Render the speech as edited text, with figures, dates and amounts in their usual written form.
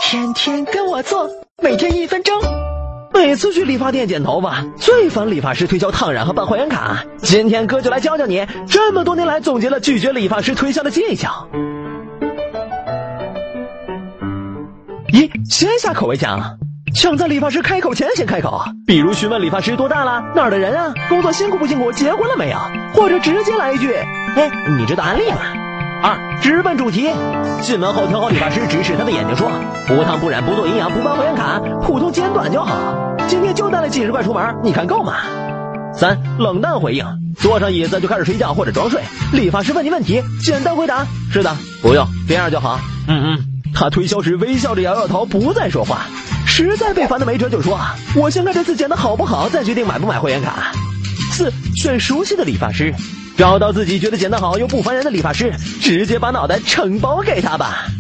天天跟我做，每天1分钟。每次去理发店剪头发，最烦理发师推销烫染和办会员卡。今天哥就来教教你，这么多年来总结了拒绝理发师推销的技巧。一，先下口为强。想在理发师开口前先开口，比如询问理发师多大了，哪儿的人啊，工作辛苦不辛苦，结婚了没有，或者直接来一句，哎，你知道安利吗？二，直奔主题。进门后调好理发师，直视他的眼睛说，不烫不染不做营养不办会员卡，普通剪短就好，今天就带了几十块出门，你看够吗？三，冷淡回应。坐上椅子就开始睡觉或者装睡，理发师问你问题，简单回答，是的，不用，这样就好。他推销时微笑着摇摇头，不再说话。实在被烦的没辙就说，我先看这次剪的好不好，再决定买不买会员卡。四，选熟悉的理发师。找到自己觉得剪得好又不烦人的理发师，直接把脑袋承包给他吧。